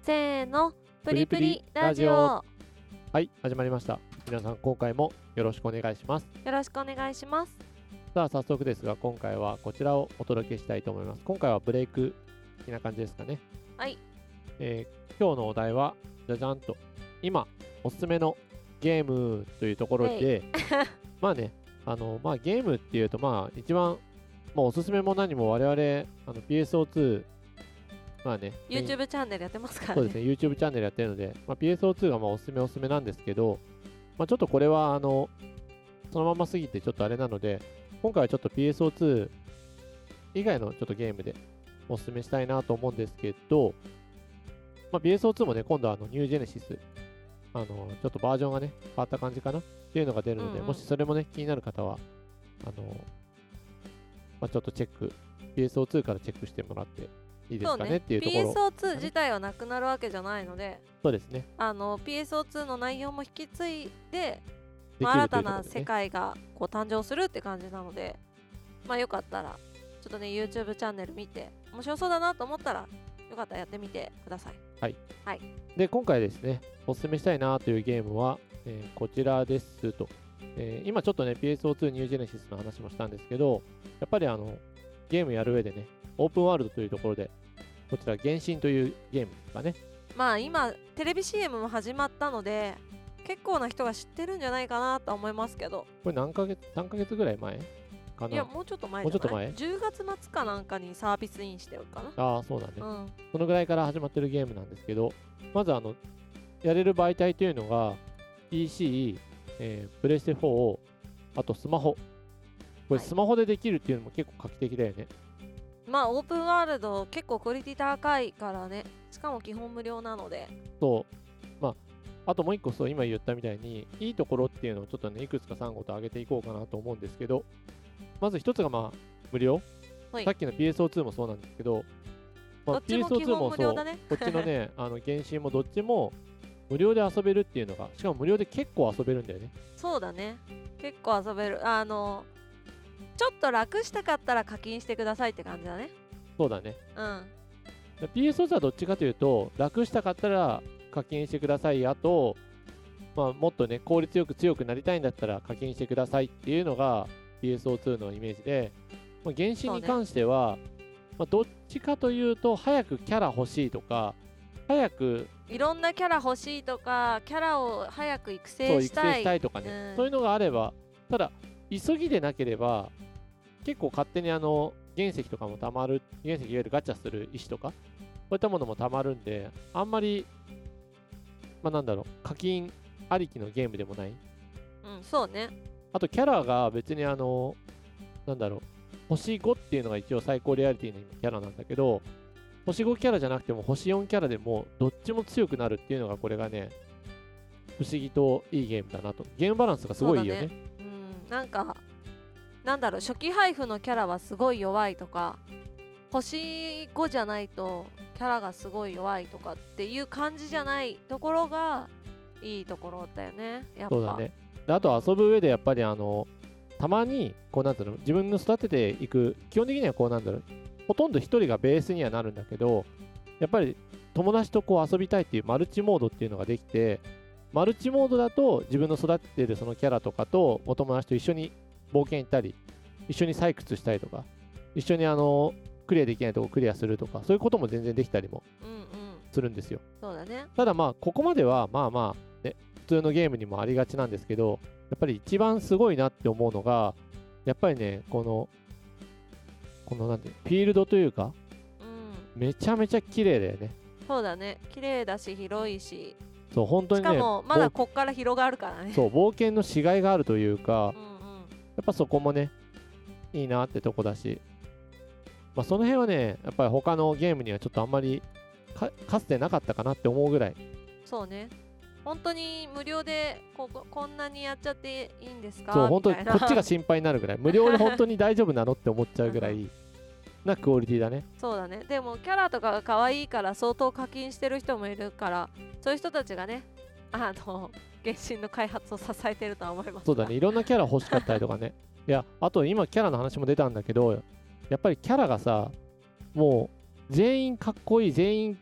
せーの、プリププリリラジオ。よはい、始まりました。皆さん、今回もよろしくお願いします。 ろしくお願いします。 さあ、早速ですが、今回はこちらをお届けしたいと思います。今回はブレイク的な感じですかね。 はい。 今日のお題は、じゃじゃんと、今、おすすめのゲームというところで、まあね、ゲームっていうと、一番、おすすめも何も我々、PSO2、 YouTube チャンネルやってますからね。 そうですね、YouTube チャンネルやってるので、PSO2 がおすすめなんですけど、ちょっとこれはそのまますぎてちょっとあれなので、今回はちょっと PSO2 以外のちょっとゲームでおすすめしたいなと思うんですけど、PSO2 もね、今度はニュージェネシス、ちょっとバージョンがね、変わった感じかなっていうのが出るので、もしそれもね、気になる方は、ちょっとチェック、PSO2 からチェックしてもらっていいですかねっていうところ。 PSO2 自体はなくなるわけじゃないので、 そうですね。 PSO2 の内容も引き継いで、 できる新たというところでねな世界がこう誕生するって感じなので、よかったらちょっとね YouTube チャンネル見て面白そうだなと思ったらよかったらやってみてください。 で、今回ですね、おすすめしたいなというゲームは、こちらですと。今ちょっとね、PSO2 ニュージェネシスの話もしたんですけど、やっぱりゲームやる上でね、オープンワールドというところで、こちら、原神というゲームですかね。 今、テレビ CM も始まったので、結構な人が知ってるんじゃないかなと思いますけど。 これ3ヶ月ぐらい前かな。 いや、もうちょっと前じゃない？ もうちょっと前 10月末かなんかにサービスインしてるかな。 ああ、そうだね。 うん。 そのぐらいから始まってるゲームなんですけど、まずやれる媒体というのが、PC、プレステ4、あとスマホ。これスマホでできるっていうのも結構画期的だよね。 オープンワールド結構クオリティ高いからね。しかも基本無料なので。 そう。あともう一個今言ったみたいに、いいところっていうのをちょっとね、いくつか3個と挙げていこうかなと思うんですけど、まず一つが無料。 はい、 さっきの PSO2 もそうなんですけど、 どっちも基本無料だね。 こっちのね、原神もどっちも無料で遊べるっていうのが、しかも無料で結構遊べるんだよね。 そうだね。結構遊べる。ちょっと楽したかったら課金してくださいって感じだね。 そうだね。 うん。 PSO2 はどっちかというと、楽したかったら課金してください。あと、もっとね、効率よく強くなりたいんだったら課金してくださいっていうのが PSO2 のイメージで、原神に関しては、どっちかというと、早くキャラ欲しいとか、早くいろんなキャラ欲しいとか、キャラを早く育成したいとかね、そういうのがあれば、ただ、急ぎでなければ、結構勝手に原石とかもたまる、原石いわゆるガチャする石とか、こういったものもたまるんで、あんまり、課金ありきのゲームでもない。 うん、そうね。 あと、キャラが別に星5っていうのが一応最高リアリティのキャラなんだけど、星5キャラじゃなくても星4キャラでもどっちも強くなるっていうのがこれがね、不思議といいゲームだなと。ゲームバランスがすごいいいよね。 初期配布のキャラはすごい弱いとか、星5じゃないとキャラがすごい弱いとかっていう感じじゃないところがいいところだよね。やっぱそうだね。で、あと遊ぶ上でやっぱりたまに自分の育てていく、基本的にはほとんど一人がベースにはなるんだけど、やっぱり友達と遊びたいっていうマルチモードっていうのができて、マルチモードだと自分の育てているそのキャラとかとお友達と一緒に冒険行ったり、一緒に採掘したりとか、一緒にクリアできないとこクリアするとか、そういうことも全然できたりもするんですよ。 そうだね。 ただここまではね、普通のゲームにもありがちなんですけど、やっぱり一番すごいなって思うのが、やっぱりね、このなんていうフィールドというか、めちゃめちゃ綺麗だよね。 そうだね。綺麗だし、広いし。 そう、本当にね。 しかも、まだこっから広がるからね。 そう、冒険のしがいがあるというか、やっぱそこもね、いいなってとこだし、その辺はね、やっぱり他のゲームにはちょっとあんまりかつてなかったかなって思うぐらい。 そうね。本当に無料でこんなにやっちゃっていいんですか？ そう、本当にこっちが心配になるぐらい、無料で本当に大丈夫なのって思っちゃうぐらいなクオリティだね。 そうだね。でもキャラとかが可愛いから相当課金してる人もいるから、そういう人たちがね、原神の開発を支えてるとは思います。 そうだね。いろんなキャラ欲しかったりとかね。いや、あと今キャラの話も出たんだけど、やっぱりキャラがさ、もう全員かっこいい、全員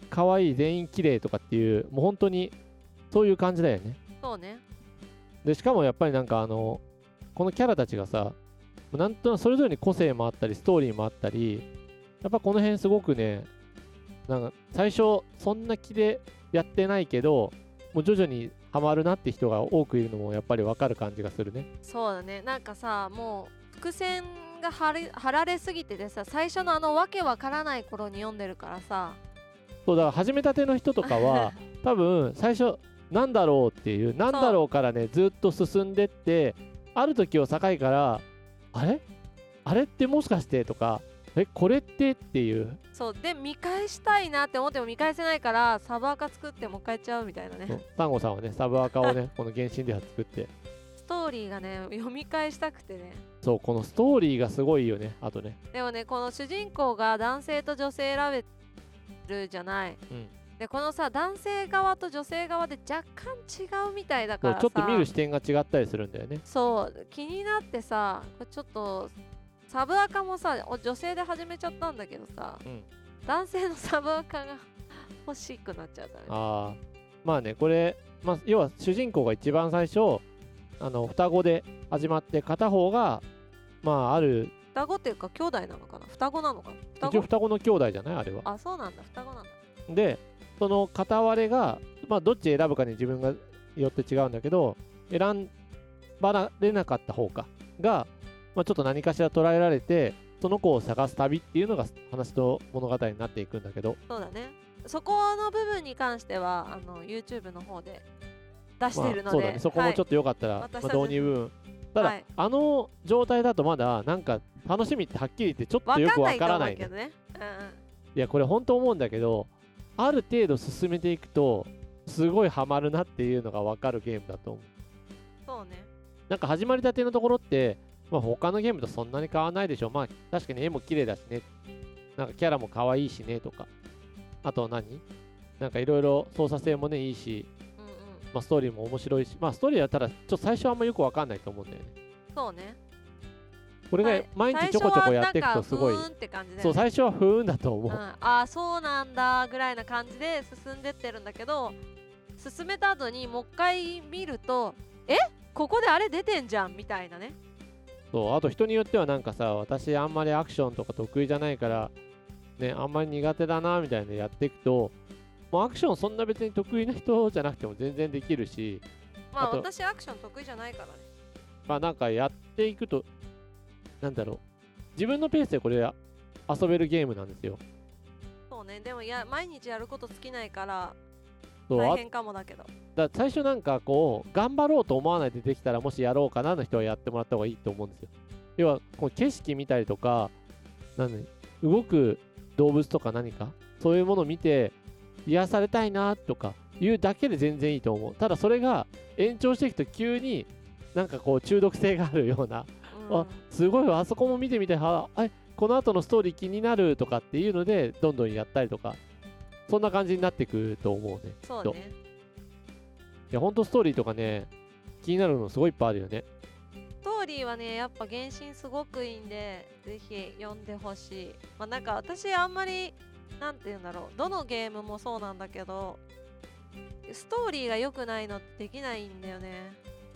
可愛い全員綺麗とかっていうもう本当にそういう感じだよね。 そうね。 でしかもやっぱりなんかこのキャラたちがさ、なんとなくそれぞれに個性もあったりストーリーもあったり、やっぱこの辺すごくね、なんか最初そんな気でやってないけどもう徐々にハマるなって人が多くいるのもやっぱり分かる感じがするね。 そうだね。なんかさ、もう伏線が張られすぎててさ、最初のわけわからない頃に読んでるからさ。 そうだから始めたての人とかは多分最初なんだろうっていうなんだろうからねずっと進んでって、ある時を境からあれってもしかしてとかこれってっていう。 そうで見返したいなって思っても見返せないからサブアカ作ってもう一回やっちゃうみたいなね。 サンゴさんはねサブアカをねこの原神では作ってストーリーがね読み返したくてね。 そうこのストーリーがすごいよね。あとねでもね、この主人公が男性と女性選べるじゃない、でこのさ男性側と女性側で若干違うみたいだからさ、 ちょっと見る視点が違ったりするんだよね。 そう気になってさ、これちょっとサブアカもさ女性で始めちゃったんだけどさ、男性のサブアカが欲しくなっちゃったね。 ああまあねこれ、要は主人公が一番最初双子で始まって片方がある双子っていうか兄弟なのかな、双子なのかな、 一応双子の兄弟じゃないあれは。 あ、そうなんだ、双子なんだ。 でその片割れがどっち選ぶかに自分がよって違うんだけど、選ばれなかった方かが、ちょっと何かしら捉えられてその子を探す旅っていうのが話と物語になっていくんだけど、 そうだね。そこの部分に関してはYouTube の方で出してるので、 そうだね、そこもちょっとよかったら、導入部分ただ、あの状態だとまだなんか楽しみってはっきり言ってちょっとよくわからないね。いやこれ本当思うんだけど、ある程度進めていくとすごいハマるなっていうのが分かるゲームだと思う。 そうね。 なんか始まりたてのところって他のゲームとそんなに変わらないでしょ。確かに絵も綺麗だしね、なんかキャラも可愛いしねとか、あとなんかいろいろ操作性もねいいし、ストーリーも面白いし、ストーリーはただちょっと最初はあんまよくわかんないと思うんだよね。 そうね。 これが毎日ちょこちょこやっていくとすごい、そう最初は不運だと思う。 ああそうなんだぐらいな感じで進んでってるんだけど、進めた後にもう一回見るとここであれ出てんじゃんみたいなね。 そうあと人によってはなんかさ、私あんまりアクションとか得意じゃないからね、あんまり苦手だなみたいなやっていくと、もうアクションそんな別に得意な人じゃなくても全然できるし、 私アクション得意じゃないからね。 なんかやっていくとなんだろう、自分のペースでこれ遊べるゲームなんですよ。 そうね。でも毎日やること尽きないからそう大変かもだけど、 最初なんかこう頑張ろうと思わないでできたら、もしやろうかなの人はやってもらった方がいいと思うんですよ。要はこの景色見たりとか動く動物とか何かそういうものを見て癒されたいなとかいうだけで全然いいと思う。ただそれが延長していくと急になんかこう中毒性があるような、すごいあそこも見てみてこの後のストーリー気になるとかっていうのでどんどんやったりとか、そんな感じになっていくと思うね。 そうね。 いやほんとストーリーとかね気になるのすごいいっぱいあるよね。 ストーリーはねやっぱ原神すごくいいんでぜひ読んでほしい。なんか私あんまりなんて言うんだろう、どのゲームもそうなんだけどストーリーが良くないのってできないんだよね。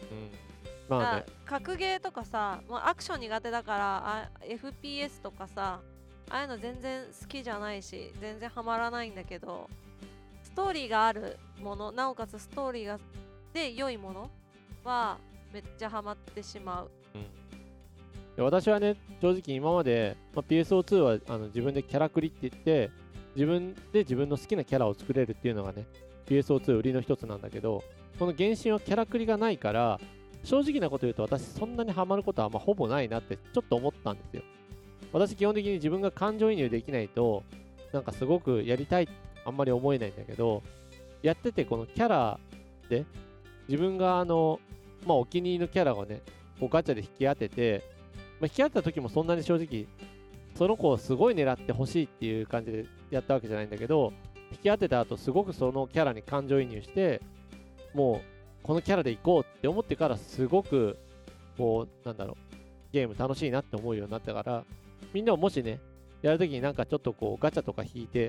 格ゲーとかさ、もうアクション苦手だからFPS とかさ、ああいうの全然好きじゃないし全然ハマらないんだけど、ストーリーがあるもの、なおかつストーリーで良いものはめっちゃハマってしまう。 私はね正直今まで、PSO2 は自分でキャラクリって言って自分で自分の好きなキャラを作れるっていうのがね PSO2 売りの一つなんだけど、この原神はキャラクリがないから正直なこと言うと私そんなにハマることはほぼないなってちょっと思ったんですよ。私基本的に自分が感情移入できないとなんかすごくやりたいあんまり思えないんだけど、やっててこのキャラで自分がお気に入りのキャラをねこうガチャで引き当てて、引き当てた時もそんなに正直その子をすごい狙ってほしいっていう感じでやったわけじゃないんだけど、引き当てた後すごくそのキャラに感情移入してもうこのキャラで行こうって思ってからすごくこうゲーム楽しいなって思うようになったから、みんなももしねやるときになんかちょっとこうガチャとか引いて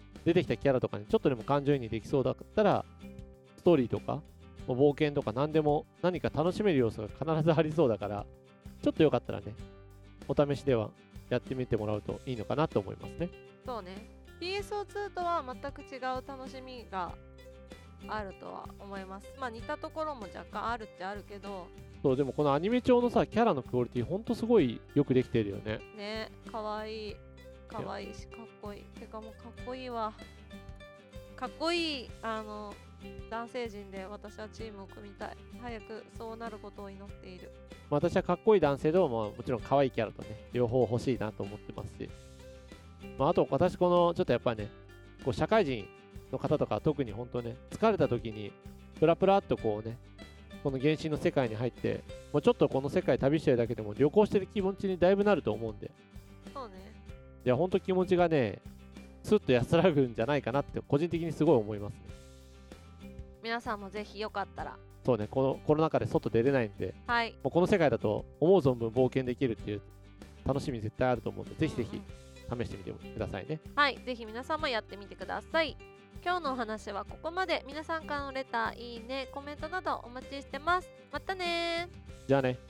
出てきたキャラとかにちょっとでも感情移入できそうだったら、ストーリーとかもう冒険とか何でも何か楽しめる要素が必ずありそうだから、ちょっとよかったらね、お試しではやってみてもらうといいのかなと思いますね。 そうね。PSO2 とは全く違う楽しみがあるとは思います。まあ似たところも若干あるっちゃあるけど、 そう、でもこのアニメ調のさ、キャラのクオリティほんとすごいよくできてるよね。 ね、かわいい。かわいいし、かっこいい。てかもうかっこいいわ。かっこいい、男性陣で私はチームを組みたい。早くそうなることを祈っている。 私はかっこいい男性でも、もちろん可愛いキャラとね、両方欲しいなと思ってますし、あと私このちょっとやっぱりね、こう社会人の方とか特に本当ね、疲れた時にプラプラっとこうね、この原神の世界に入って、もうちょっとこの世界旅してるだけでも旅行してる気持ちにだいぶなると思うんで、 そうね。 いや本当気持ちがね、スッと安らぐんじゃないかなって個人的にすごい思いますね。 皆さんもぜひよかったら。 そうね、このコロナ禍で外出れないんで、 はい。 もうこの世界だと思う存分冒険できるっていう楽しみ絶対あると思うんで、ぜひぜひ試してみてくださいね。 はい、ぜひ皆さんもやってみてください。今日のお話はここまで。皆さんからのレター、いいね、コメントなどお待ちしてます。またねー。 じゃあね。